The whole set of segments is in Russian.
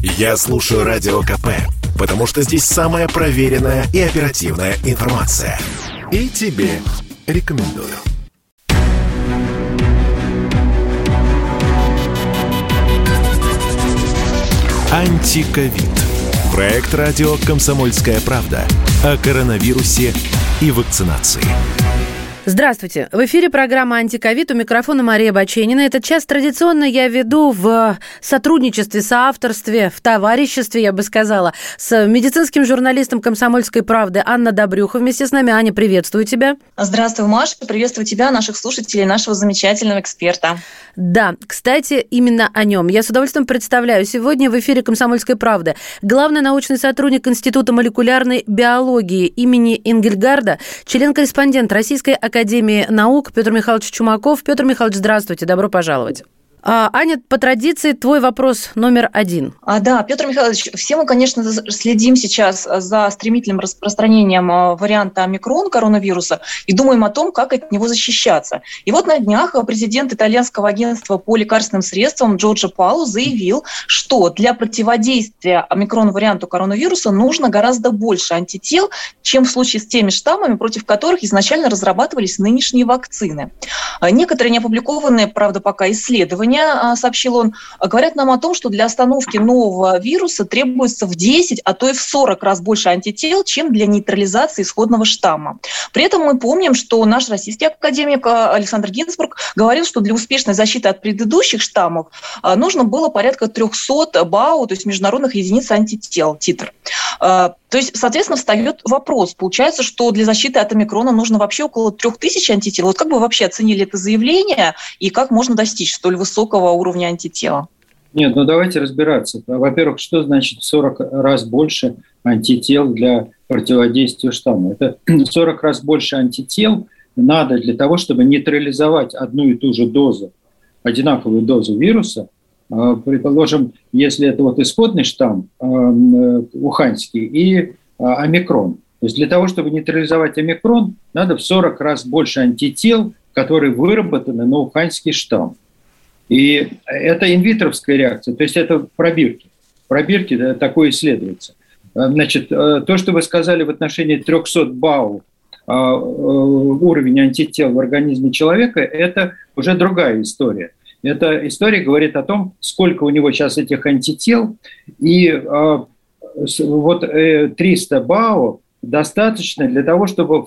Я слушаю Радио КП, потому что здесь самая проверенная и оперативная информация. И тебе рекомендую. Антиковид. Проект радио «Комсомольская правда» о коронавирусе и вакцинации. Здравствуйте. В эфире программа «Антиковид». У микрофона Мария Баченина. Этот час традиционно я веду в сотрудничестве, соавторстве, в товариществе, я бы сказала, с медицинским журналистом «Комсомольской правды» Анна Добрюха. Вместе с нами. Аня, приветствую тебя. Здравствуй, Маша. Приветствую тебя, наших слушателей, нашего замечательного эксперта. Да, кстати, именно о нем. Я с удовольствием представляю. Сегодня в эфире «Комсомольской правды» главный научный сотрудник Института молекулярной биологии имени Энгельгарда, член-корреспондент Российской Академии наук Петр Михайлович Чумаков. Петр Михайлович, здравствуйте, добро пожаловать. Аня, по традиции, твой вопрос номер 1. Да, Петр Михайлович, все мы, конечно, следим сейчас за стремительным распространением варианта омикрон коронавируса и думаем о том, как от него защищаться. И вот на днях президент итальянского агентства по лекарственным средствам Джорджо Паоло заявил, что для противодействия омикрон-варианту коронавируса нужно гораздо больше антител, чем в случае с теми штаммами, против которых изначально разрабатывались нынешние вакцины. Некоторые неопубликованные, правда, пока исследования, сообщил он, говорят нам о том, что для остановки нового вируса требуется в 10, а то и в 40 раз больше антител, чем для нейтрализации исходного штамма. При этом мы помним, что наш российский академик Александр Гинзбург говорил, что для успешной защиты от предыдущих штаммов нужно было порядка 300 БАУ, то есть международных единиц антител, титр. То есть, соответственно, встает вопрос. Получается, что для защиты от омикрона нужно вообще около 3000 антител. Вот как бы вы вообще оценили это заявление и как можно достичь столь высокого уровня антитела? Нет, давайте разбираться. Во-первых, что значит в 40 раз больше антител для противодействия штамму? Это 40 раз больше антител надо для того, чтобы нейтрализовать одну и ту же дозу, одинаковую дозу вируса. Предположим, если это вот исходный штамм уханьский и омикрон. То есть для того, чтобы нейтрализовать омикрон, надо в 40 раз больше антител, которые выработаны на уханьский штамм. И это инвитровская реакция, то есть это пробирки. Пробирки такое исследуется. Значит, то, что вы сказали в отношении 300 БАУ, уровень антител в организме человека, это уже другая история. Эта история говорит о том, сколько у него сейчас этих антител, и вот 300 БАУ достаточно для того, чтобы,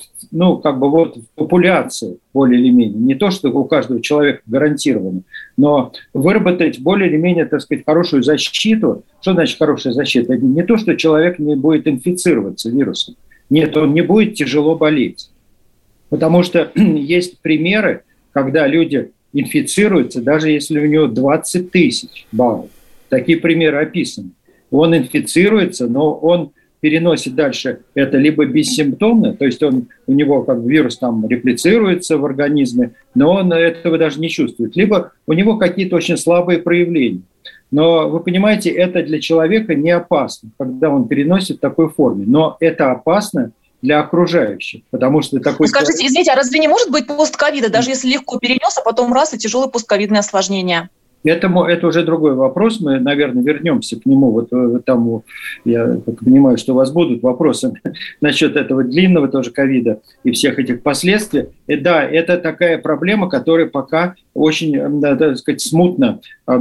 в популяции более или менее, не то, что у каждого человека гарантировано, но выработать более или менее, так сказать, хорошую защиту. Что значит хорошая защита? Не то, что человек не будет инфицироваться вирусом. Нет, он не будет тяжело болеть. Потому что есть примеры, когда люди инфицируется, даже если у него 20 тысяч баллов. Такие примеры описаны. Он инфицируется, но он переносит дальше это либо бессимптомно, то есть у него вирус там реплицируется в организме, но он этого даже не чувствует. Либо у него какие-то очень слабые проявления. Но вы понимаете, это для человека не опасно, когда он переносит в такой форме. Но это опасно для окружающих, потому что такой... Скажите, извините, а разве не может быть постковида, даже если легко перенес, а потом раз и тяжелые постковидные осложнения? Это уже другой вопрос, мы, наверное, вернемся к нему. Вот там, я понимаю, что у вас будут вопросы насчет этого длинного тоже ковида и всех этих последствий. И да, это такая проблема, которая пока очень, так сказать, смутно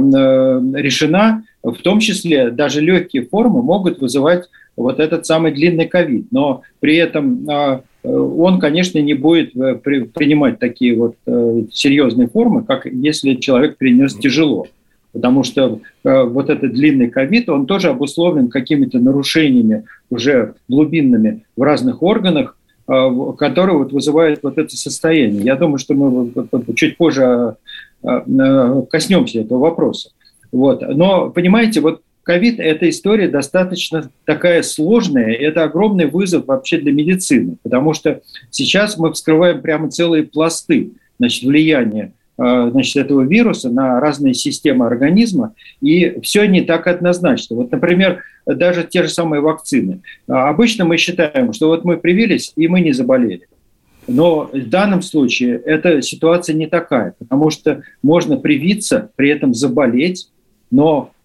решена. В том числе даже легкие формы могут вызывать вот этот самый длинный ковид. Но при этом он, конечно, не будет принимать такие вот серьезные формы, как если человек перенес тяжело. Потому что вот этот длинный ковид, он тоже обусловлен какими-то нарушениями уже глубинными в разных органах, которые вот вызывают вот это состояние. Я думаю, что мы чуть позже коснемся этого вопроса. Вот. Но, понимаете, вот ковид – это история достаточно такая сложная, это огромный вызов вообще для медицины, потому что сейчас мы вскрываем прямо целые пласты, влияния этого вируса на разные системы организма, и все не так однозначно. Вот, например, даже те же самые вакцины. Обычно мы считаем, что вот мы привились, и мы не заболели. Но в данном случае эта ситуация не такая, потому что можно привиться, при этом заболеть, но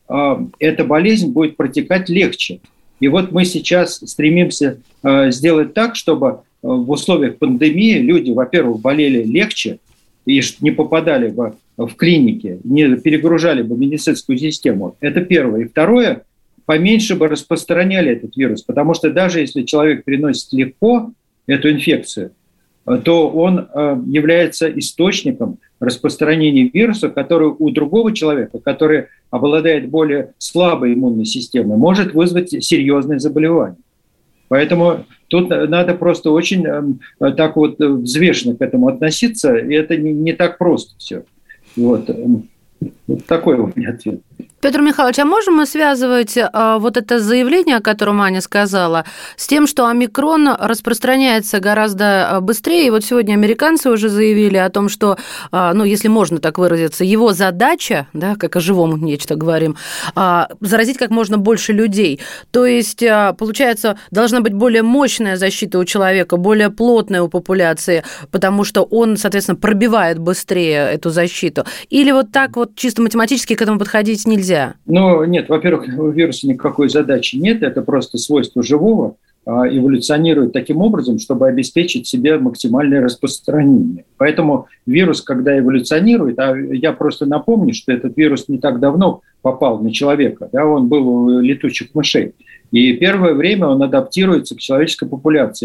эта болезнь будет протекать легче. И вот мы сейчас стремимся сделать так, чтобы в условиях пандемии люди, во-первых, болели легче и не попадали бы в клиники, не перегружали бы медицинскую систему. Это первое. И второе, поменьше бы распространяли этот вирус, потому что даже если человек переносит легко эту инфекцию, то он является источником распространения вируса, который у другого человека, который обладает более слабой иммунной системой, может вызвать серьезные заболевания. Поэтому тут надо просто очень так вот взвешенно к этому относиться, и это не так просто все. Вот такой у меня ответ. Петр Михайлович, а можем мы связывать вот это заявление, о котором Аня сказала, с тем, что омикрон распространяется гораздо быстрее? И вот сегодня американцы уже заявили о том, что, ну, если можно так выразиться, его задача, да, как о живом нечто говорим, заразить как можно больше людей. То есть, получается, должна быть более мощная защита у человека, более плотная у популяции, потому что он, соответственно, пробивает быстрее эту защиту. Или вот так вот чисто математически к этому подходить нельзя? Ну, нет, во-первых, у вируса никакой задачи нет, это просто свойство живого, эволюционирует таким образом, чтобы обеспечить себе максимальное распространение. Поэтому вирус, когда эволюционирует, а я просто напомню, что этот вирус не так давно попал на человека, да, он был у летучих мышей, и первое время он адаптируется к человеческой популяции,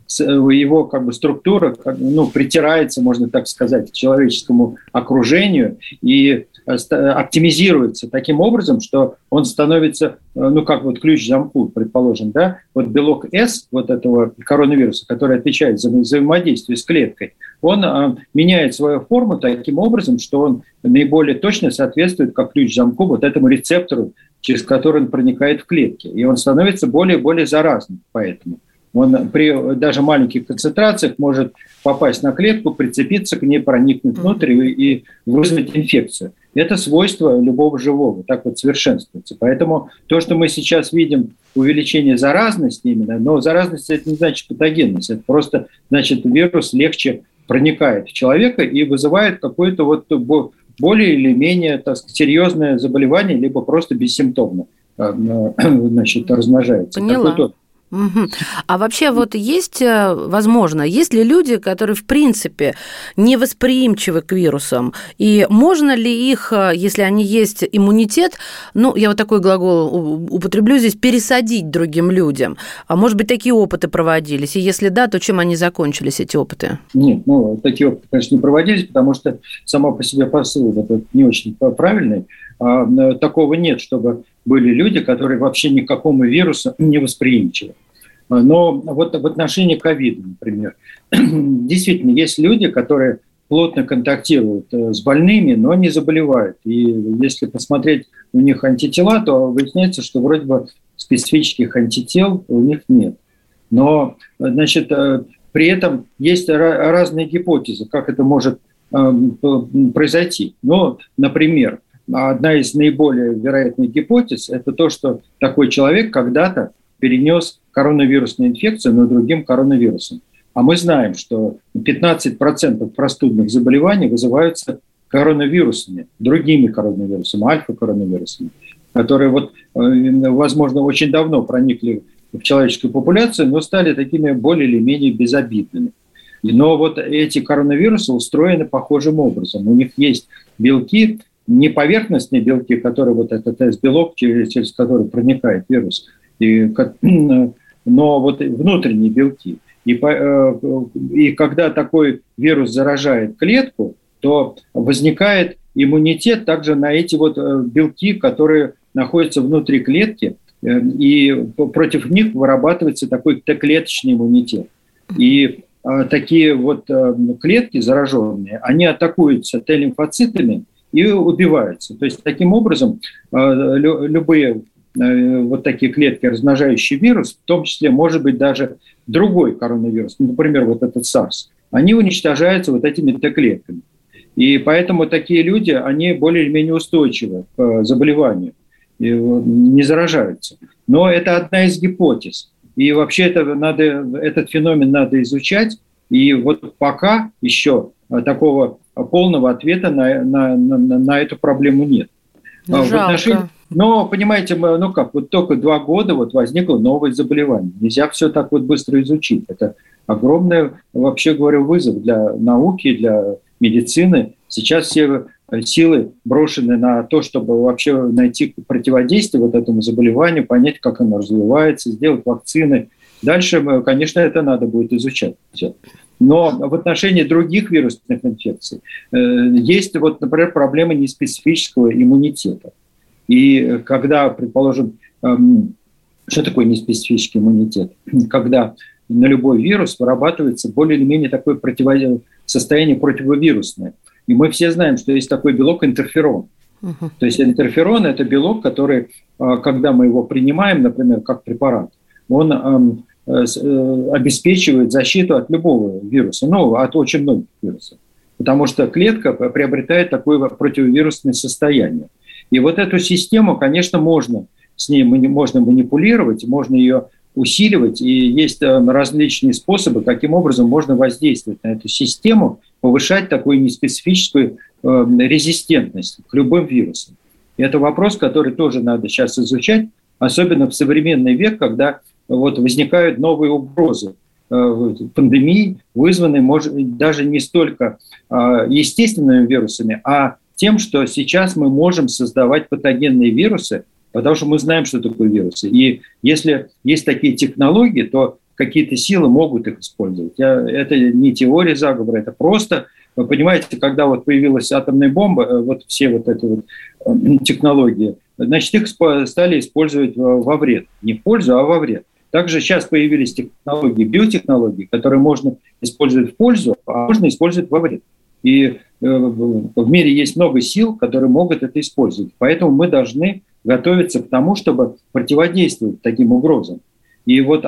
его как бы структура притирается, можно так сказать, к человеческому окружению и оптимизируется таким образом, что он становится, как вот ключ к замку, предположим, да, вот белок S вот этого коронавируса, который отвечает за взаимодействие с клеткой, он меняет свою форму таким образом, что он наиболее точно соответствует как ключ к замку вот этому рецептору, через который он проникает в клетки, и он становится более и более заразным поэтому. Он при даже маленьких концентрациях может попасть на клетку, прицепиться к ней, проникнуть внутрь и вызвать инфекцию. Это свойство любого живого, так вот совершенствуется. Поэтому то, что мы сейчас видим, увеличение заразности именно, но заразность – это не значит патогенность, это просто значит вирус легче проникает в человека и вызывает какое-то вот более или менее, так сказать, серьезное заболевание, либо просто бессимптомно, размножается. Поняла. Угу. А вообще вот есть ли люди, которые в принципе невосприимчивы к вирусам, и можно ли их, если они есть иммунитет, я вот такой глагол употреблю здесь, пересадить другим людям? А может быть, такие опыты проводились? И если да, то чем они закончились, эти опыты? Нет, такие опыты, конечно, не проводились, потому что сама по себе посыл это не очень правильный. Такого нет, чтобы были люди, которые вообще никакому вирусу не восприимчивы. Но вот в отношении ковида, например, действительно есть люди, которые плотно контактируют с больными, но не заболевают. И если посмотреть у них антитела, то выясняется, что вроде бы специфических антител у них нет. Но, при этом есть разные гипотезы, как это может произойти. Например, одна из наиболее вероятных гипотез – это то, что такой человек когда-то перенес коронавирусную инфекцию, но другим коронавирусом. А мы знаем, что 15% простудных заболеваний вызываются коронавирусами, другими коронавирусами, альфа-коронавирусами, которые, возможно, очень давно проникли в человеческую популяцию, но стали такими более или менее безобидными. Но вот эти коронавирусы устроены похожим образом. У них есть белки, не поверхностные белки, которые этот S-белок, через который проникает вирус, но внутренние белки. И когда такой вирус заражает клетку, то возникает иммунитет также на эти белки, которые находятся внутри клетки, и против них вырабатывается такой Т-клеточный иммунитет. И такие клетки зараженные, они атакуются Т-лимфоцитами и убиваются. То есть таким образом любые такие клетки, размножающие вирус, в том числе, может быть, даже другой коронавирус, например, этот SARS, они уничтожаются этими Т-клетками. И поэтому такие люди, они более или менее устойчивы к заболеванию, и не заражаются. Но это одна из гипотез. И вообще этот феномен надо изучать. И пока еще такого полного ответа на эту проблему нет. Жалко. Но, понимаете, вот только 2 года вот возникло новое заболевание. Нельзя все так вот быстро изучить. Это огромный, вообще говоря, вызов для науки, для медицины. Сейчас все силы брошены на то, чтобы вообще найти противодействие вот этому заболеванию, понять, как оно развивается, сделать вакцины. Дальше, конечно, это надо будет изучать. Но в отношении других вирусных инфекций есть, вот, например, проблема неспецифического иммунитета. И когда, предположим, что такое неспецифический иммунитет? Когда на любой вирус вырабатывается более или менее такое состояние противовирусное. И мы все знаем, что есть такой белок интерферон. То есть интерферон – это белок, который, когда мы его принимаем, например, как препарат, он обеспечивает защиту от любого вируса, от очень многих вирусов. Потому что клетка приобретает такое противовирусное состояние. И вот эту систему, конечно, с ней можно манипулировать, можно ее усиливать, и есть различные способы, каким образом можно воздействовать на эту систему, повышать такую неспецифическую резистентность к любым вирусам. И это вопрос, который тоже надо сейчас изучать, особенно в современный век, когда вот возникают новые угрозы пандемии, вызванные, может, даже не столько естественными вирусами, а тем, что сейчас мы можем создавать патогенные вирусы, потому что мы знаем, что такое вирусы. И если есть такие технологии, то какие-то силы могут их использовать. Это не теория заговора, это просто, вы понимаете, когда вот появилась атомная бомба, вот все вот эти вот технологии, значит, их стали использовать во вред. Не в пользу, а во вред. Также сейчас появились технологии, биотехнологии, которые можно использовать в пользу, а можно использовать во вред. И в мире есть много сил, которые могут это использовать. Поэтому мы должны готовиться к тому, чтобы противодействовать таким угрозам. И вот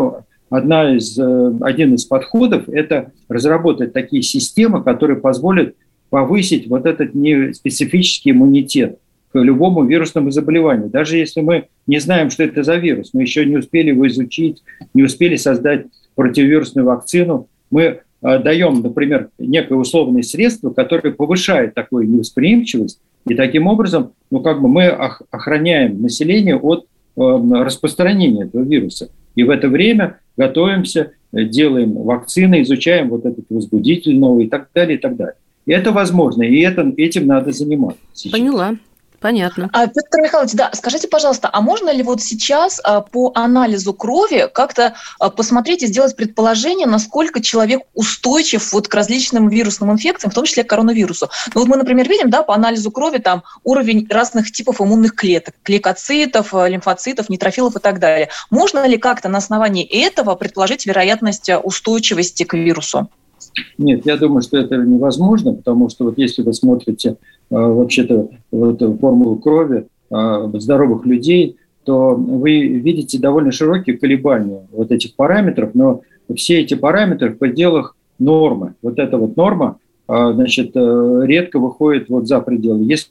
один из подходов – это разработать такие системы, которые позволят повысить вот этот неспецифический иммунитет к любому вирусному заболеванию. Даже если мы не знаем, что это за вирус, мы еще не успели его изучить, не успели создать противовирусную вакцину, мы даем, например, некое условное средство, которое повышает такую невосприимчивость, и таким образом мы охраняем население от распространения этого вируса. И в это время готовимся, делаем вакцины, изучаем вот этот возбудитель новый и так далее, и так далее. И это возможно, и этим надо заниматься сейчас. Поняла. Понятно. Петр Михайлович, да, скажите, пожалуйста, а можно ли вот сейчас по анализу крови как-то посмотреть и сделать предположение, насколько человек устойчив вот к различным вирусным инфекциям, в том числе к коронавирусу? Ну вот мы, например, видим, да, по анализу крови там уровень разных типов иммунных клеток, лейкоцитов, лимфоцитов, нейтрофилов и так далее. Можно ли как-то на основании этого предположить вероятность устойчивости к вирусу? Нет, я думаю, что это невозможно, потому что вот если вы смотрите вообще-то формулу крови здоровых людей, то вы видите довольно широкие колебания вот этих параметров, но все эти параметры в пределах нормы. Вот эта вот норма, значит, редко выходит вот за пределы. Если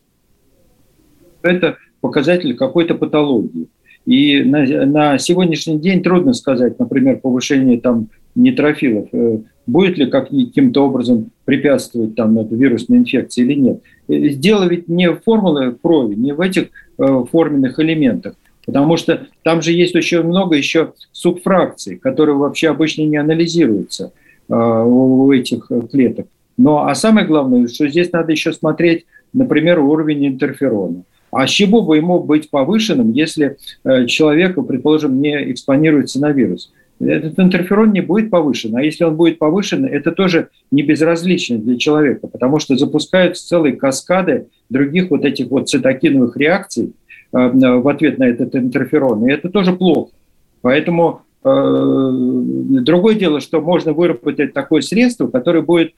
это показатель какой-то патологии. И на сегодняшний день трудно сказать, например, повышение там нейтрофилов, будет ли каким-то образом препятствовать там этой вирусной инфекции или нет. Дело ведь не в формуле крови, не в этих форменных элементах, потому что там же есть очень много еще субфракций, которые вообще обычно не анализируются у этих клеток. А самое главное, что здесь надо еще смотреть, например, уровень интерферона. А с чего бы ему быть повышенным, если человек, предположим, не экспонируется на вирус? Этот интерферон не будет повышен. А если он будет повышен, это тоже не безразлично для человека, потому что запускаются целые каскады других вот этих вот цитокиновых реакций в ответ на этот интерферон. И это тоже плохо. Поэтому другое дело, что можно выработать такое средство, которое будет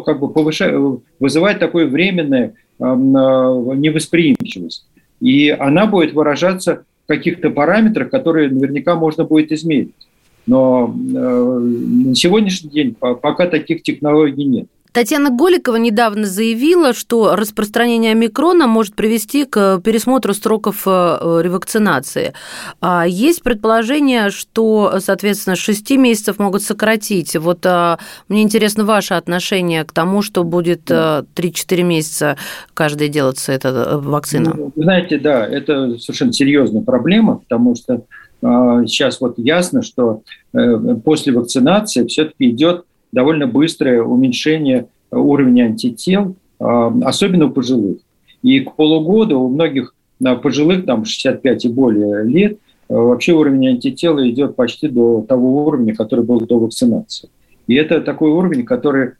вызывать такую временную невосприимчивость. И она будет выражаться в каких-то параметрах, которые наверняка можно будет измерить. Но на сегодняшний день пока таких технологий нет. Татьяна Голикова недавно заявила, что распространение омикрона может привести к пересмотру сроков ревакцинации. Есть предположение, что, соответственно, с 6 месяцев могут сократить. Вот мне интересно ваше отношение к тому, что будет 3-4 месяца каждый делаться эта вакцина. Вы знаете, да, это совершенно серьезная проблема, потому что сейчас вот ясно, что после вакцинации все-таки идет довольно быстрое уменьшение уровня антител, особенно у пожилых. И к полугоду у многих пожилых, там 65 и более лет, вообще уровень антител идет почти до того уровня, который был до вакцинации. И это такой уровень, который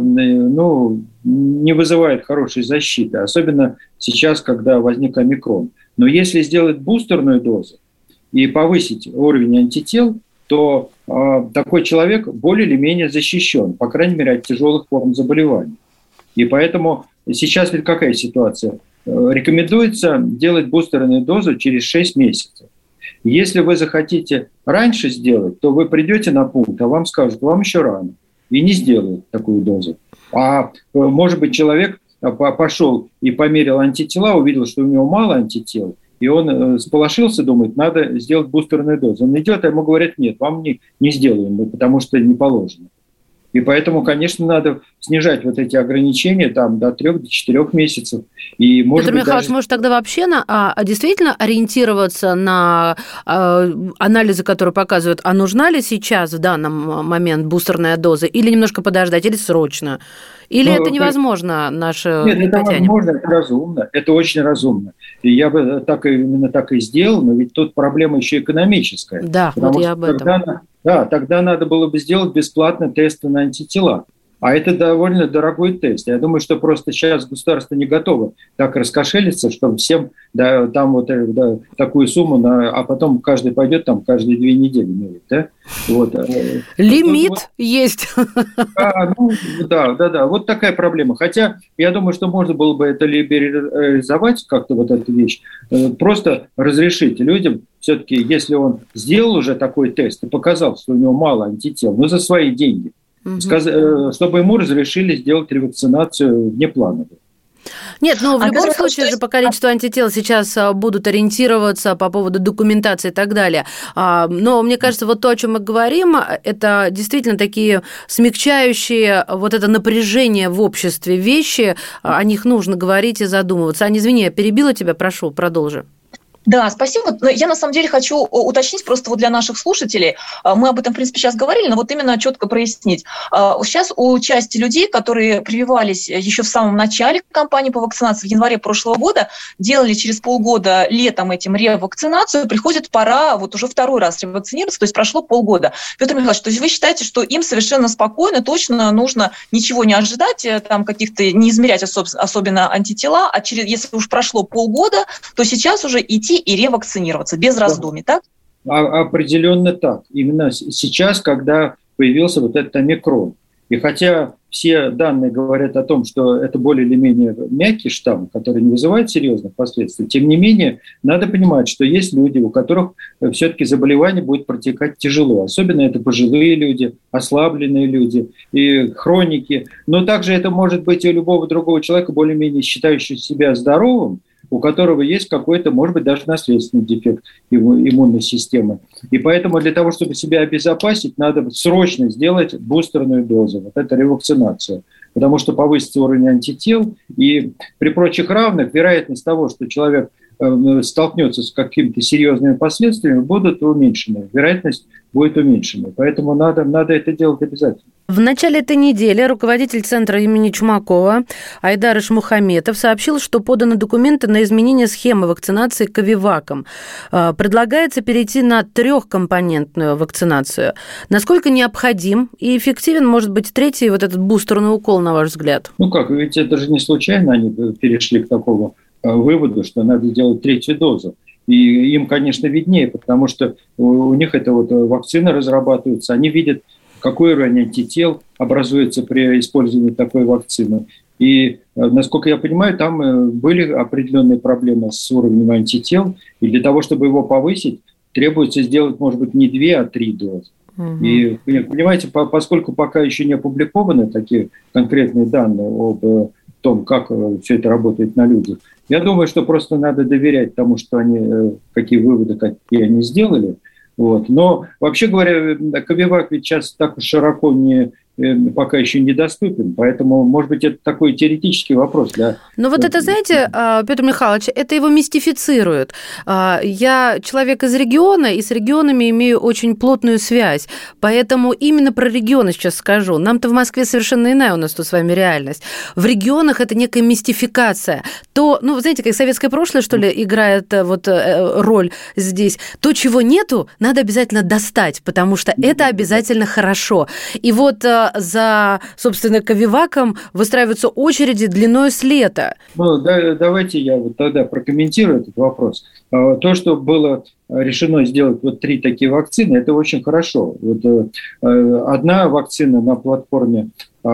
не вызывает хорошей защиты, особенно сейчас, когда возник омикрон. Но если сделать бустерную дозу и повысить уровень антител, то такой человек более или менее защищен, по крайней мере, от тяжелых форм заболеваний. И поэтому сейчас ведь какая ситуация? Рекомендуется делать бустерную дозу через 6 месяцев. Если вы захотите раньше сделать, то вы придете на пункт, а вам скажут, вам еще рано, и не сделают такую дозу. А может быть, человек пошел и померил антитела, увидел, что у него мало антител, и он сполошился, думает, надо сделать бустерную дозу. Он идет, а ему говорят, нет, вам не сделаем, потому что не положено. И поэтому, конечно, надо снижать вот эти ограничения там, до 3-4 месяцев. И, может Петр Михайлович, может тогда вообще действительно ориентироваться на анализы, которые показывают, а нужна ли сейчас в данном момент бустерная доза, или немножко подождать, или срочно? Или это невозможно, наше Нет, это возможно, это разумно, это очень разумно. И я бы именно так и сделал, но ведь тут проблема еще экономическая. Да, вот я об этом. Тогда надо было бы сделать бесплатно тесты на антитела. А это довольно дорогой тест. Я думаю, что просто сейчас государство не готово так раскошелиться, чтобы всем такую сумму, а потом каждый пойдет там каждые 2 недели мерить. Да? Вот. Лимит есть. Да. Вот такая проблема. Хотя я думаю, что можно было бы это либерализовать, как-то вот эту вещь, просто разрешить людям, все-таки, если он сделал уже такой тест и показал, что у него мало антител, но за свои деньги, чтобы ему разрешили сделать ревакцинацию внеплановую. Нет, в любом случае же по количеству антител сейчас будут ориентироваться по поводу документации и так далее. Но мне кажется, вот то, о чем мы говорим, это действительно такие смягчающие вот это напряжение в обществе вещи, о них нужно говорить и задумываться. Аня, извини, я перебила тебя, прошу, продолжи. Да, спасибо. Но я на самом деле хочу уточнить просто вот для наших слушателей. Мы об этом, в принципе, сейчас говорили, но вот именно четко прояснить. Сейчас у части людей, которые прививались еще в самом начале кампании по вакцинации в январе прошлого года, делали через полгода летом этим ревакцинацию, приходит пора вот уже второй раз ревакцинироваться, то есть прошло полгода. Петр Михайлович, то есть вы считаете, что им совершенно спокойно, точно нужно ничего не ожидать, там каких-то не измерять особенно антитела, а если уж прошло полгода, то сейчас уже идти и ревакцинироваться без раздумий, так? Определенно так. Именно сейчас, когда появился вот этот омикрон. И хотя все данные говорят о том, что это более или менее мягкий штамм, который не вызывает серьезных последствий, тем не менее, надо понимать, что есть люди, у которых все-таки заболевание будет протекать тяжело. Особенно это пожилые люди, ослабленные люди и хроники. Но также это может быть и у любого другого человека, более-менее считающего себя здоровым, у которого есть какой-то, может быть, даже наследственный дефект иммунной системы. И поэтому для того, чтобы себя обезопасить, надо срочно сделать бустерную дозу, вот это ревакцинацию, потому что повысится уровень антител, и при прочих равных вероятность того, что человек столкнется с какими-то серьезными последствиями, будут уменьшены, вероятность будет уменьшена. Поэтому надо это делать обязательно. В начале этой недели руководитель центра имени Чумакова Айдар Ишмухаметов сообщил, что поданы документы на изменение схемы вакцинации Ковиваком. Предлагается перейти на 3-компонентную вакцинацию. Насколько необходим и эффективен может быть 3-й вот этот бустерный укол, на ваш взгляд? Ведь это же не случайно они перешли к такому выводу, что надо делать 3-ю дозу. И им, конечно, виднее, потому что у них эта вот вакцина разрабатывается, они видят, какой уровень антител образуется при использовании такой вакцины. И, насколько я понимаю, там были определенные проблемы с уровнем антител, и для того, чтобы его повысить, требуется сделать, может быть, не 2, а 3 дозы. И, понимаете, поскольку пока еще не опубликованы такие конкретные данные об том, как все это работает на людях, я думаю, что просто надо доверять тому, что они, какие выводы, какие они сделали. Вот. Но, вообще говоря, Ковивак ведь сейчас так широко пока еще недоступен, поэтому, может быть, это такой теоретический вопрос. Но вот это, знаете, Петр Михайлович, это его мистифицирует. Я человек из региона, и с регионами имею очень плотную связь, поэтому именно про регионы сейчас скажу. Нам-то в Москве совершенно иная у нас тут с вами реальность. В регионах это некая мистификация. То, знаете, как советское прошлое, что ли, играет роль здесь. То, чего нету, надо обязательно достать, потому что это обязательно хорошо. И вот за, собственно, Ковиваком выстраиваются очереди длиной с лета. Давайте я вот тогда прокомментирую этот вопрос. То, что было решено сделать 3 такие вакцины, это очень хорошо. Одна вакцина на платформе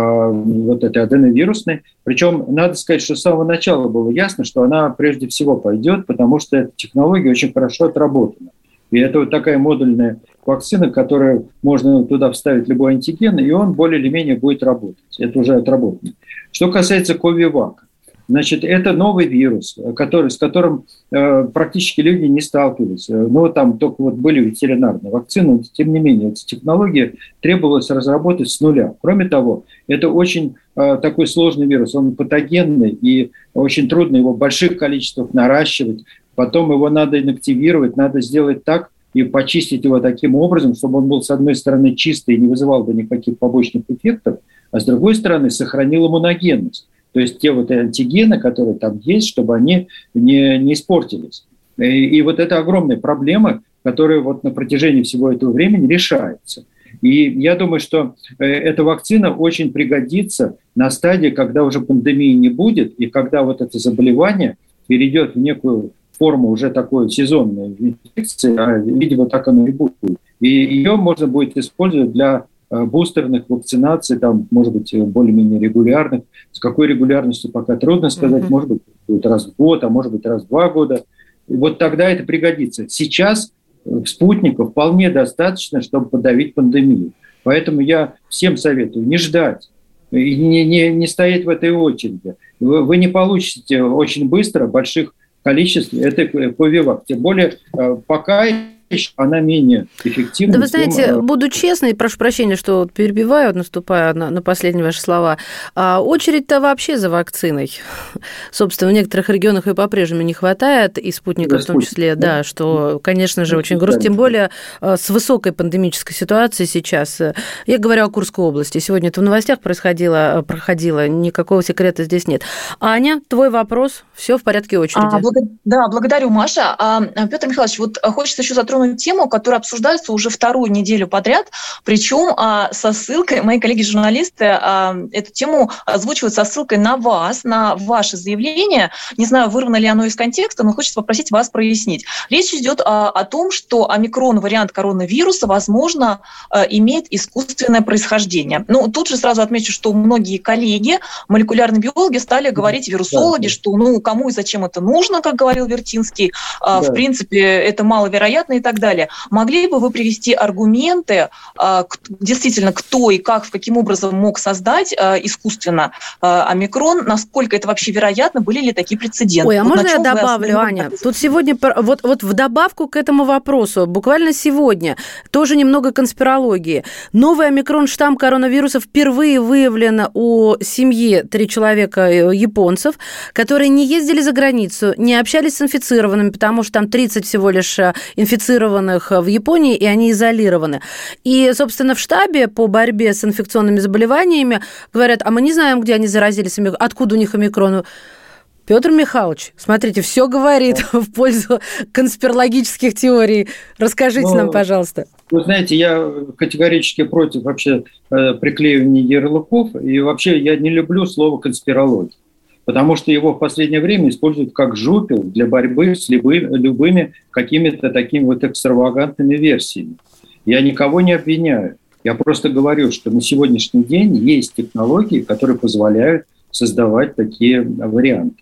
этой аденовирусной, причем надо сказать, что с самого начала было ясно, что она прежде всего пойдет, потому что эта технология очень хорошо отработана. И это такая модульная вакцина, которую можно туда вставить любой антиген, и он более или менее будет работать. Это уже отработано. Что касается Ковивака, значит, это новый вирус, с которым практически люди не сталкивались. Там только были ветеринарные вакцины, но тем не менее, эта технология требовалось разработать с нуля. Кроме того, это очень такой сложный вирус, он патогенный, и очень трудно его в больших количествах наращивать. Потом его надо инактивировать, надо сделать так и почистить его таким образом, чтобы он был, с одной стороны, чистый и не вызывал бы никаких побочных эффектов, а с другой стороны, сохранил иммуногенность. То есть те антигены, которые там есть, чтобы они не испортились. И это огромная проблема, которая на протяжении всего этого времени решается. И я думаю, что эта вакцина очень пригодится на стадии, когда уже пандемии не будет, и когда это заболевание перейдет в некую форму уже такой сезонной инфекции, а, видимо, так оно и будет. И ее можно будет использовать для бустерных вакцинаций, может быть, более-менее регулярных. С какой регулярностью пока трудно сказать. Может быть, будет раз в год, а может быть, раз в 2 года. И тогда это пригодится. Сейчас спутников вполне достаточно, чтобы подавить пандемию. Поэтому я всем советую не ждать и не стоять в этой очереди. Вы не получите очень быстро больших количеств этой Ковивак. Тем более, пока она менее эффективна. Да вы знаете, буду честной, прошу прощения, что перебиваю, наступая на последние ваши слова. Очередь-то вообще за вакциной. Собственно, в некоторых регионах и по-прежнему не хватает, и спутников в том числе, да, что, конечно же, очень грустно. Тем более с высокой пандемической ситуацией сейчас. Я говорю о Курской области. Сегодня это в новостях проходило, никакого секрета здесь нет. Аня, твой вопрос. Все в порядке очереди. Да, благодарю, Маша. Петр Михайлович, хочется еще затронуть тему, которая обсуждается уже 2-ю неделю подряд, причем со ссылкой, мои коллеги-журналисты эту тему озвучивают со ссылкой на вас, на ваше заявление. Не знаю, вырвано ли оно из контекста, но хочется попросить вас прояснить. Речь идет о том, что омикрон-вариант коронавируса, возможно, имеет искусственное происхождение. Тут же сразу отмечу, что многие коллеги, молекулярные биологи, стали говорить, вирусологи, что кому и зачем это нужно, как говорил Вертинский, в принципе, это маловероятно и так далее. Могли бы вы привести аргументы, действительно, кто и как, каким образом мог создать искусственно омикрон, насколько это вообще вероятно, были ли такие прецеденты? Ой, а можно я добавлю, Аня? Тут сегодня, в добавку к этому вопросу, буквально сегодня, тоже немного конспирологии. Новый омикрон-штамм коронавируса впервые выявлен у семьи 3 человека японцев, которые не ездили за границу, не общались с инфицированными, потому что там 30 всего лишь инфицированных в Японии, и они изолированы. И, собственно, в штабе по борьбе с инфекционными заболеваниями говорят, а мы не знаем, где они заразились, откуда у них омикрон. Петр Михайлович, смотрите, все говорит в пользу конспирологических теорий. Расскажите нам, пожалуйста. Вы знаете, я категорически против вообще приклеивания ярлыков, и вообще я не люблю слово конспирология, потому что его в последнее время используют как жупел для борьбы с любыми какими-то такими экстравагантными версиями. Я никого не обвиняю. Я просто говорю, что на сегодняшний день есть технологии, которые позволяют создавать такие варианты.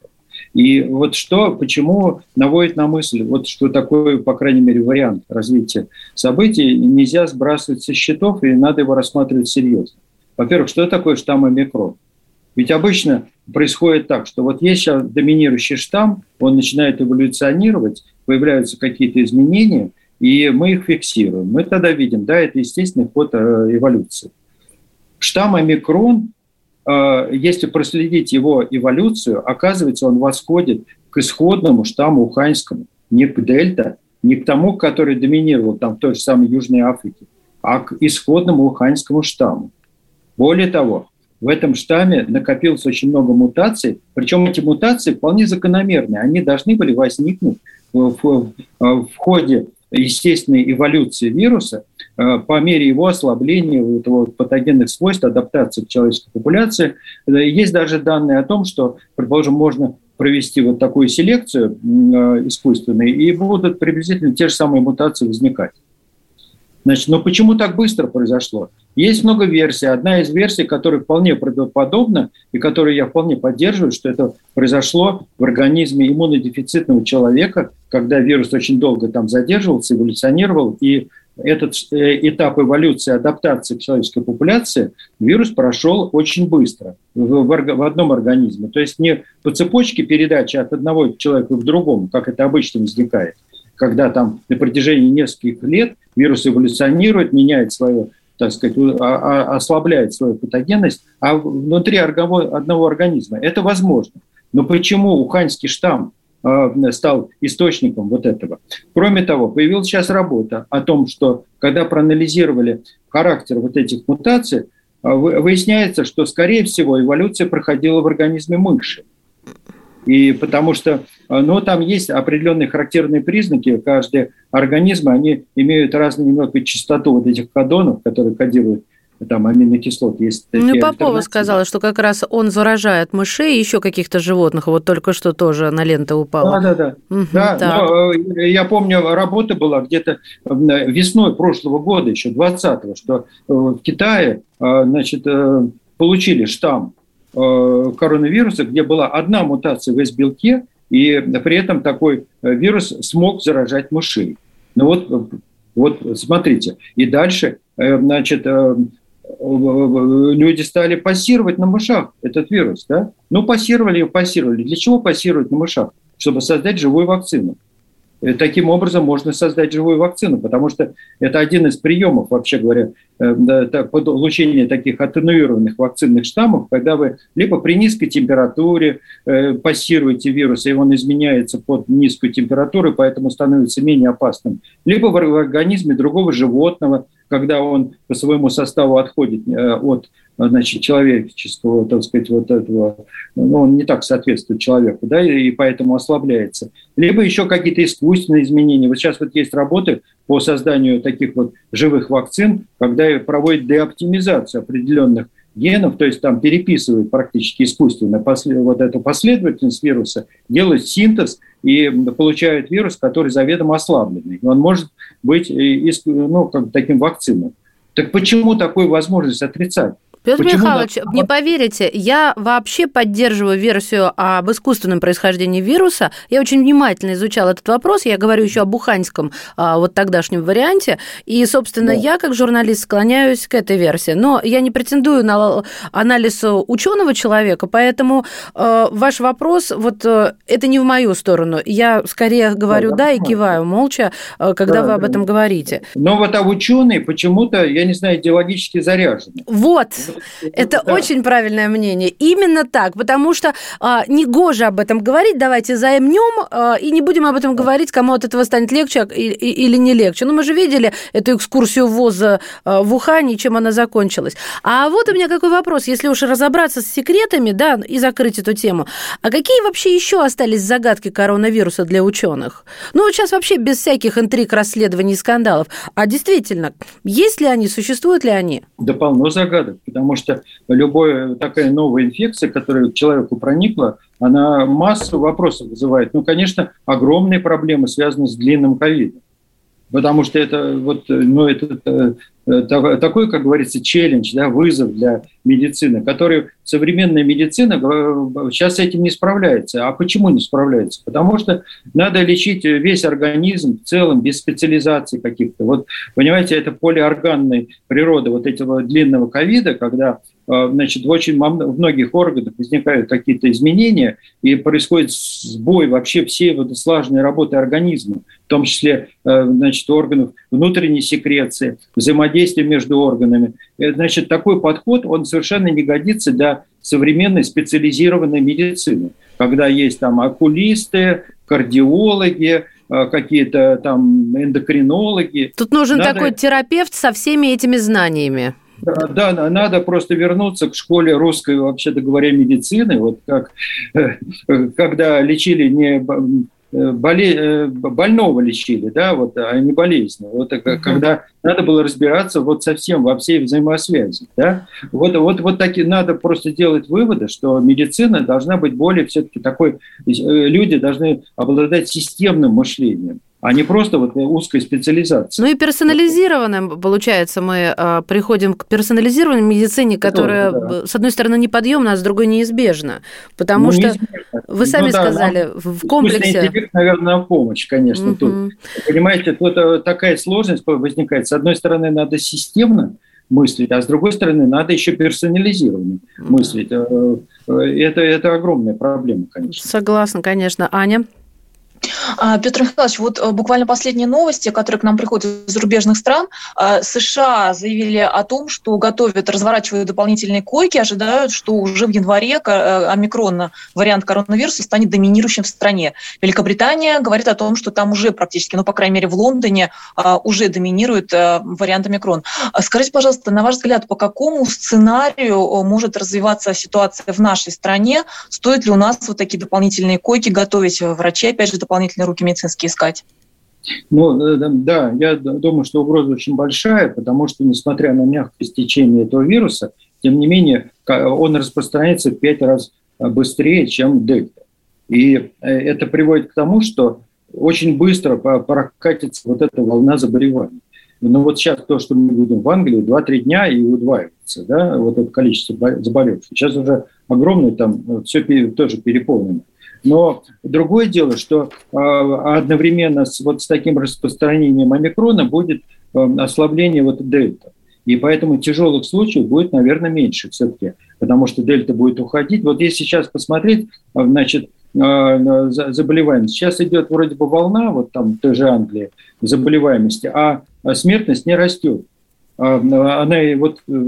И вот почему наводит на мысль, вот что такое, по крайней мере, вариант развития событий нельзя сбрасывать со счетов, и надо его рассматривать серьезно. Во-первых, что такое штамм омикрон? Ведь обычно происходит так, что вот есть сейчас доминирующий штамм, он начинает эволюционировать, появляются какие-то изменения, и мы их фиксируем. Мы тогда видим, да, это естественный ход эволюции. Штамм омикрон, если проследить его эволюцию, оказывается, он восходит к исходному штамму уханьскому, не к дельта, не к тому, который доминировал там в той же самой Южной Африке, а к исходному уханьскому штамму. Более того, в этом штамме накопилось очень много мутаций, причем эти мутации вполне закономерные. Они должны были возникнуть в ходе естественной эволюции вируса по мере его ослабления его патогенных свойств, адаптации к человеческой популяции. Есть даже данные о том, что, предположим, можно провести вот такую селекцию искусственную, и будут приблизительно те же самые мутации возникать. Значит, но почему так быстро произошло? Есть много версий. Одна из версий, которая вполне правдоподобна и которую я вполне поддерживаю, что это произошло в организме иммунодефицитного человека, когда вирус очень долго там задерживался, эволюционировал, и этот этап эволюции, адаптации к человеческой популяции вирус прошел очень быстро в одном организме. То есть не по цепочке передачи от одного человека к другому, как это обычно возникает, когда там на протяжении нескольких лет вирус эволюционирует, меняет свою, так сказать, ослабляет свою патогенность, а внутри одного организма. Это возможно. Но почему уханьский штамм стал источником вот этого? Кроме того, появилась сейчас работа о том, что когда проанализировали характер вот этих мутаций, выясняется, что, скорее всего, эволюция проходила в организме мыши. И потому что, там есть определенные характерные признаки, каждый организм, они имеют разную немного частоту вот этих кодонов, которые кодируют там аминокислоты. Есть Попова сказала, что как раз он заражает мышей и еще каких-то животных. Вот только что тоже на ленту упало. Да. Но я помню, работа была где-то весной прошлого года, еще 2020-го, что в Китае, получили штамм коронавируса, где была одна мутация в S-белке, и при этом такой вирус смог заражать мышей. Ну вот смотрите. И дальше, люди стали пассировать на мышах этот вирус, да? Пассировали. Для чего пассировать на мышах? Чтобы создать живую вакцину. И таким образом можно создать живую вакцину, потому что это один из приемов, вообще говоря, получения таких атенуированных вакцинных штаммов, когда вы либо при низкой температуре пассируете вирус, и он изменяется под низкую температуру, поэтому становится менее опасным, либо в организме другого животного, когда он по своему составу отходит от человеческого, так сказать, вот этого, он не так соответствует человеку, да, и поэтому ослабляется. Либо еще какие-то искусственные изменения. Вот сейчас вот есть работы по созданию таких вот живых вакцин, когда проводят деоптимизацию определенных генов, то есть там переписывают практически искусственно вот эту последовательность вируса, делают синтез и получают вирус, который заведомо ослабленный. Он может быть таким вакцином. Так почему такую возможность отрицать? Петр Михайлович, не поверите, я вообще поддерживаю версию об искусственном происхождении вируса. Я очень внимательно изучала этот вопрос. Я говорю еще об уханьском вот тогдашнем варианте. И, собственно, я как журналист склоняюсь к этой версии. Но я не претендую на анализ ученого человека, поэтому ваш вопрос, это не в мою сторону. Я скорее говорю «да» и киваю молча, когда вы об этом говорите. Но ученые почему-то, я не знаю, идеологически заряжены. Это очень правильное мнение. Именно так, потому что негоже об этом говорить, давайте заимнем и не будем об этом говорить, кому от этого станет легче или не легче. Мы же видели эту экскурсию ВОЗа в Ухане, чем она закончилась. А вот у меня какой вопрос, если уж разобраться с секретами, да, и закрыть эту тему, а какие вообще еще остались загадки коронавируса для ученых? Сейчас вообще без всяких интриг, расследований и скандалов. А действительно, есть ли они, существуют ли они? Да полно загадок. Потому что любая такая новая инфекция, которая к человеку проникла, она массу вопросов вызывает. Конечно, огромные проблемы связаны с длинным ковидом. потому что это вот, это такой, как говорится, челлендж, да, вызов для медицины, который современная медицина сейчас с этим не справляется. А почему не справляется? Потому что надо лечить весь организм в целом, без специализации каких-то. Вот, понимаете, это полиорганная природа вот этого длинного ковида, когда значит, в очень многих органах возникают какие-то изменения, и происходит сбой вообще всей вот слаженной работы организма, в том числе, значит, органов внутренней секреции, взаимодействия между органами. Значит, такой подход, он совершенно не годится для современной специализированной медицины, когда есть там окулисты, кардиологи, какие-то там эндокринологи. Тут нужен такой терапевт со всеми этими знаниями. Да, надо просто вернуться к школе русской, вообще-то говоря, медицины, вот как когда лечили не больного лечили, да, вот, а не болезнь. Вот когда надо было разбираться вот совсем во всей взаимосвязи, да. Вот такие надо просто делать выводы, что медицина должна быть более все-таки такой, люди должны обладать системным мышлением, а не просто вот узкой специализацией. Ну и персонализированным, получается, мы приходим к персонализированной медицине, которая, да, с одной стороны, неподъемна, а с другой неизбежна. Потому что, вы сами сказали, в комплексе... Интеллект, наверное, на помощь, конечно, тут. Понимаете, тут такая сложность возникает. С одной стороны, надо системно мыслить, а с другой стороны, надо еще персонализированно мыслить. Это огромная проблема, конечно. Согласна, конечно. Аня? Петр Михайлович, вот буквально последние новости, которые к нам приходят из зарубежных стран. США заявили о том, что разворачивают дополнительные койки, ожидают, что уже в январе омикрон, вариант коронавируса, станет доминирующим в стране. Великобритания говорит о том, что там уже практически, по крайней мере в Лондоне, уже доминирует вариант омикрон. Скажите, пожалуйста, на ваш взгляд, по какому сценарию может развиваться ситуация в нашей стране? Стоит ли у нас вот такие дополнительные койки готовить, врачи, опять же, дополнительные руки медицинские искать? Да, я думаю, что угроза очень большая, потому что, несмотря на мягкость течения этого вируса, тем не менее, он распространяется в 5 раз быстрее, чем дельта. И это приводит к тому, что очень быстро прокатится вот эта волна заболеваний. Но вот сейчас то, что мы видим в Англии, 2-3 дня и удваивается, да, вот это количество заболевших. Сейчас уже огромное, там все тоже переполнено. Но другое дело, что одновременно с таким распространением омикрона будет ослабление дельта. И поэтому тяжелых случаев будет, наверное, меньше все-таки, потому что дельта будет уходить. Вот если сейчас посмотреть, значит, заболеваемость. Сейчас идет вроде бы волна, вот там в той же Англии, заболеваемости, а смертность не растет. Она и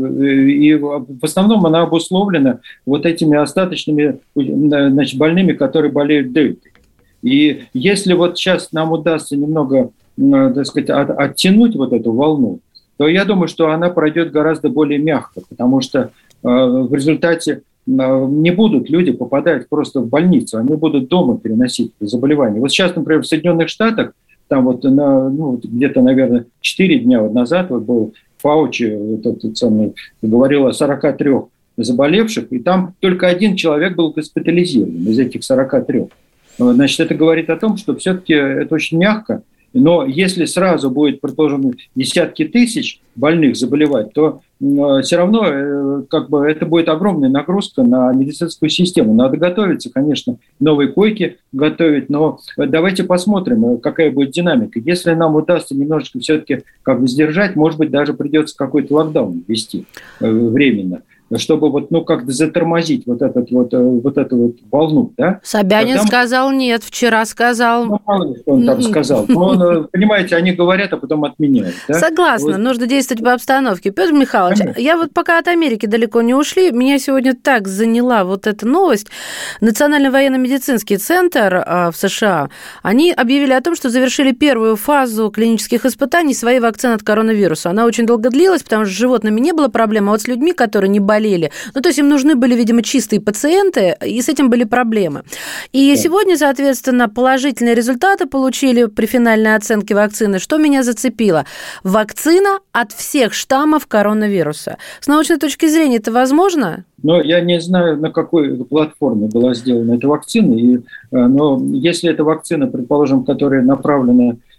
в основном она обусловлена вот этими остаточными, значит, больными, которые болеют дельтой. И если вот сейчас нам удастся немного, так сказать, оттянуть вот эту волну, то я думаю, что она пройдет гораздо более мягко, потому что в результате не будут люди попадать просто в больницу, они будут дома переносить заболевания. Вот сейчас, например, в Соединенных Штатах, там где-то, наверное, 4 дня назад был Фаучи, говорил о 43 заболевших, и там только 1 человек был госпитализирован из этих 43. Значит, это говорит о том, что все-таки это очень мягко, но если сразу будет, предположим, десятки тысяч больных заболевать, то все равно это будет огромная нагрузка на медицинскую систему. Надо готовиться, конечно, новые койки готовить, но давайте посмотрим, какая будет динамика. Если нам удастся немножечко все-таки сдержать, может быть, даже придется какой-то локдаун ввести временно, чтобы как-то затормозить эту волну, да? Собянин сказал нет, вчера сказал. Мало ли, что он там сказал. Но, понимаете, они говорят, а потом отменяют. Да? Согласна, нужно действовать по обстановке. Петр Михайлович, я пока от Америки далеко не ушли, меня сегодня так заняла эта новость. Национальный военно-медицинский центр в США, они объявили о том, что завершили первую фазу клинических испытаний своей вакцины от коронавируса. Она очень долго длилась, потому что с животными не было проблем, а с людьми, которые не болели. То есть им нужны были, видимо, чистые пациенты, и с этим были проблемы. И сегодня, соответственно, положительные результаты получили при финальной оценке вакцины. Что меня зацепило? Вакцина от всех штаммов коронавируса. С научной точки зрения это возможно? Я не знаю, на какой платформе была сделана эта вакцина, но если эта вакцина, предположим, которая направлена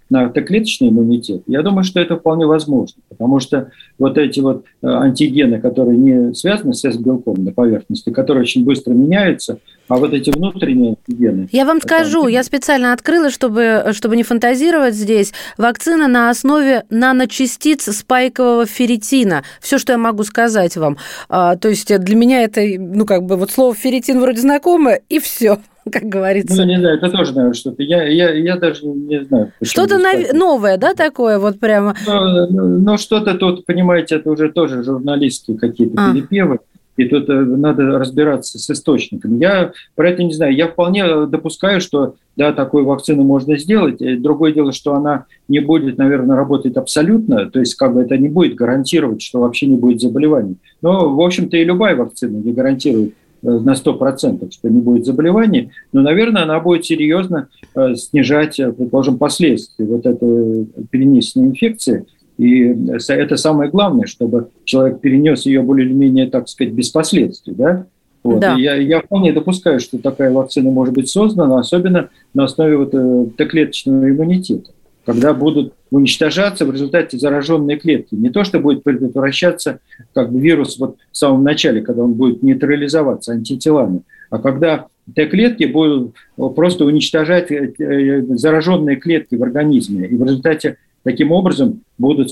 на Т-клеточный иммунитет, я думаю, что это вполне возможно, потому что вот эти вот антигены, которые не связаны с S-белком на поверхности, которые очень быстро меняются, а вот эти внутренние антигены... Я вам скажу, я специально открыла, чтобы не фантазировать здесь, вакцина на основе наночастиц спайкового ферритина. Все, что я могу сказать вам. То есть для меня это, вот слово ферритин вроде знакомое, и все, как говорится. Ну, не знаю, это тоже, наверное, что-то. Я даже не знаю. Что-то новое, да, такое вот прямо? Ну, что-то тут, понимаете, это уже тоже журналистские какие-то перепевы. И тут надо разбираться с источником. Я про это не знаю. Я вполне допускаю, что да, такую вакцину можно сделать. Другое дело, что она не будет, наверное, работать абсолютно. То есть это не будет гарантировать, что вообще не будет заболеваний. Но, в общем-то, и любая вакцина не гарантирует на 100%, что не будет заболеваний. Но, наверное, она будет серьезно снижать, предположим, последствия вот этой перенесенной инфекции. И это самое главное, чтобы человек перенес ее более или менее, так сказать, без последствий. Да? Вот. Да. Я вполне допускаю, что такая вакцина может быть создана, особенно на основе Т-клеточного иммунитета, когда будут уничтожаться в результате зараженные клетки. Не то, что будет предотвращаться вирус в самом начале, когда он будет нейтрализоваться антителами, а когда Т-клетки будут просто уничтожать зараженные клетки в организме. И в результате таким образом будут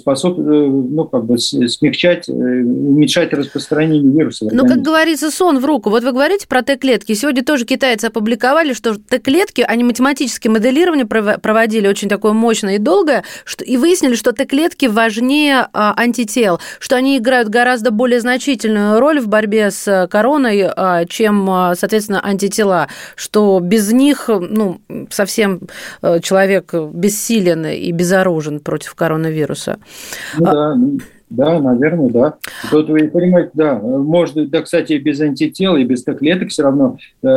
смягчать, уменьшать распространение вируса. Ну, как говорится, сон в руку. Вот вы говорите про Т-клетки. Сегодня тоже китайцы опубликовали, что Т-клетки, они математическое моделирование проводили очень такое мощное и долгое, и выяснили, что Т-клетки важнее антител, что они играют гораздо более значительную роль в борьбе с короной, чем, соответственно, антитела, что без них совсем человек бессилен и безоружен против коронавируса. Да, наверное, да. Тут вы понимаете, да, можно, да, кстати, без антител и без Т-клеток все равно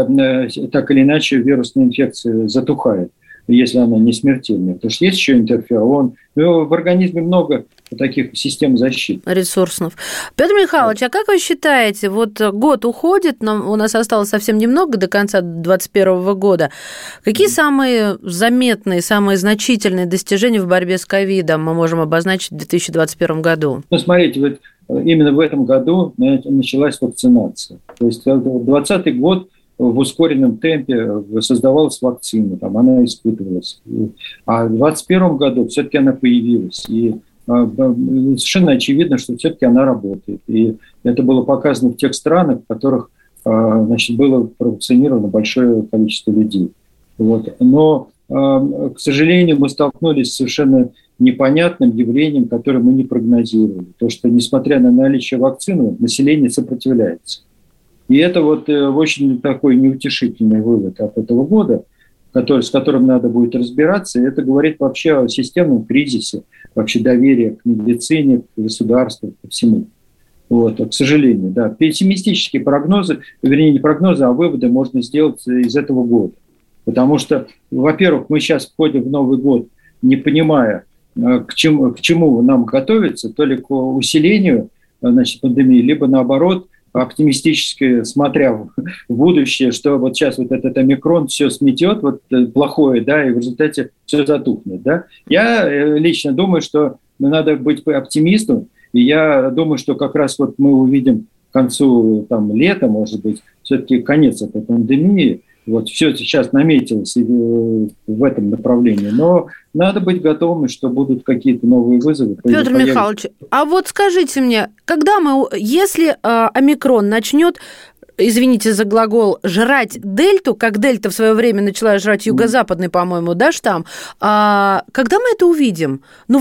так или иначе вирусная инфекция затухает, если она не смертельная. Потому что есть еще интерферон. В организме много таких систем защиты. Ресурсов. Петр Михайлович, а как вы считаете, год уходит, но у нас осталось совсем немного до конца 2021 года. Какие самые заметные, самые значительные достижения в борьбе с ковидом мы можем обозначить в 2021 году? Смотрите, именно в этом году началась вакцинация. То есть 2020 год в ускоренном темпе создавалась вакцина, она испытывалась. А в 2021 году все-таки она появилась. И совершенно очевидно, что все-таки она работает. И это было показано в тех странах, в которых было провакцинировано большое количество людей. Но, к сожалению, мы столкнулись с совершенно непонятным явлением, которое мы не прогнозировали. То, что, несмотря на наличие вакцины, население сопротивляется. И это очень такой неутешительный вывод от этого года, с которым надо будет разбираться. И это говорит вообще о системном кризисе, вообще доверия к медицине, к государству, ко всему. К сожалению, да. Пессимистические прогнозы, не прогнозы, а выводы можно сделать из этого года. Потому что, во-первых, мы сейчас входим в Новый год, не понимая, к чему нам готовиться, то ли к усилению пандемии, либо наоборот, оптимистически смотря в будущее, что сейчас этот омикрон все сметет, плохое, да, и в результате все затухнет, да. Я лично думаю, что надо быть оптимистом, и я думаю, что как раз мы увидим к концу лета, может быть, все-таки конец этой пандемии. Все сейчас наметилось в этом направлении, но надо быть готовым, что будут какие-то новые вызовы. Петр Михайлович, а скажите мне, если омикрон начнет, извините за глагол, жрать дельту, как дельта в свое время начала жрать юго-западный, по-моему, да, штамм, когда мы это увидим?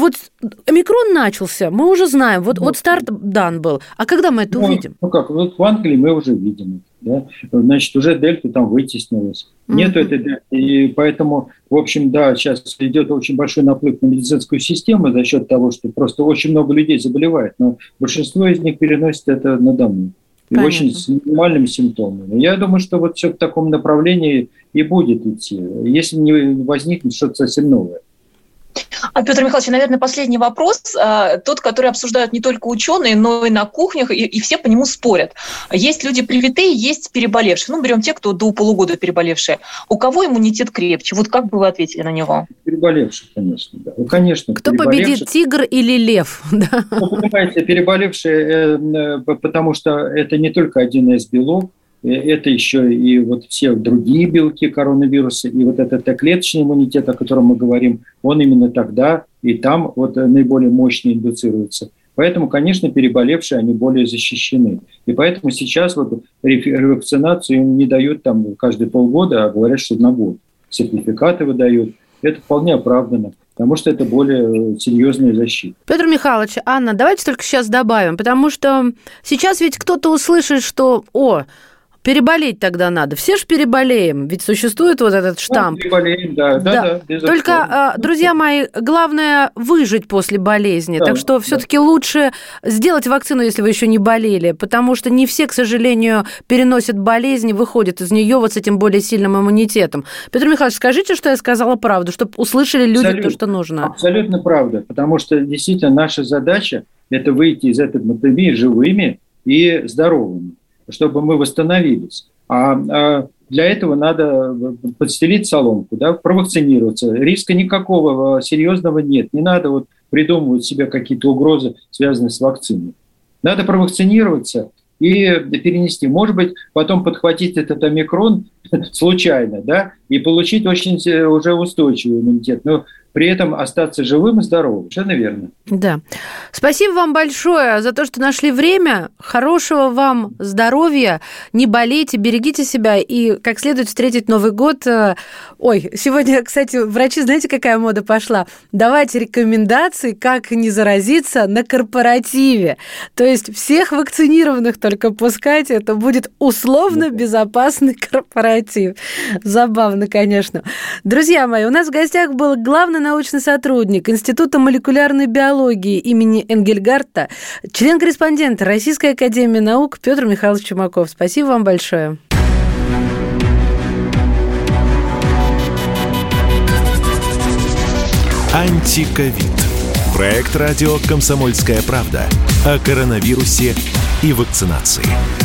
Омикрон начался, мы уже знаем, старт дан был, а когда мы это увидим? В Англии мы уже видим. Да? Значит, уже дельта там вытеснилась. Нету этой дельты. И поэтому, в общем, да, сейчас идет очень большой наплыв на медицинскую систему за счет того, что просто очень много людей заболевает. Но большинство из них переносит это на дому. И очень с минимальными симптомами. Я думаю, что все в таком направлении и будет идти, если не возникнет что-то совсем новое. Петр Михайлович, наверное, последний вопрос, тот, который обсуждают не только ученые, но и на кухнях, и все по нему спорят. Есть люди привитые, есть переболевшие. Берем те, кто до полугода переболевшие. У кого иммунитет крепче? Вот как бы вы ответили на него? Переболевших, конечно, да. Конечно. Кто победит, тигр или лев? Вы понимаете, переболевшие, потому что это не только 1С-белок, это еще и вот все другие белки коронавируса, и вот этот Т-клеточный иммунитет, о котором мы говорим, он именно тогда и там вот наиболее мощно индуцируется. Поэтому, конечно, переболевшие, они более защищены. И поэтому сейчас вот ревакцинацию им не дают там каждые полгода, а говорят, что на год. Сертификаты выдают. Это вполне оправдано, потому что это более серьезная защита. Петр Михайлович, Анна, давайте только сейчас добавим, потому что сейчас ведь кто-то услышит, что переболеть тогда надо. Все же переболеем, ведь существует вот этот штамм. Переболеем, да. Только, друзья мои, главное выжить после болезни. Да, так что все-таки лучше сделать вакцину, если вы еще не болели, потому что не все, к сожалению, переносят болезнь и выходят из нее вот с этим более сильным иммунитетом. Петр Михайлович, скажите, что я сказала правду, чтобы услышали люди то, что нужно. Абсолютно правда, потому что действительно наша задача – это выйти из этой пандемии живыми и здоровыми, чтобы мы восстановились. А для этого надо подстелить соломку, провакцинироваться. Риска никакого серьезного нет. Не надо придумывать себе какие-то угрозы, связанные с вакциной. Надо провакцинироваться и перенести. Может быть, потом подхватить этот омикрон случайно, и получить очень уже устойчивый иммунитет. Но при этом остаться живым и здоровым. Совершенно верно. Да. Спасибо вам большое за то, что нашли время. Хорошего вам здоровья. Не болейте, берегите себя и как следует встретить Новый год. Сегодня, кстати, врачи, знаете, какая мода пошла? Давайте рекомендации, как не заразиться на корпоративе. То есть всех вакцинированных только пускайте. Это будет условно безопасный корпоратив. Забавно, конечно. Друзья мои, у нас в гостях был главный научный сотрудник Института молекулярной биологии имени Энгельгарта, член-корреспондент Российской академии наук Петр Михайлович Чумаков. Спасибо вам большое. Антиковид. Проект радио «Комсомольская правда» о коронавирусе и вакцинации.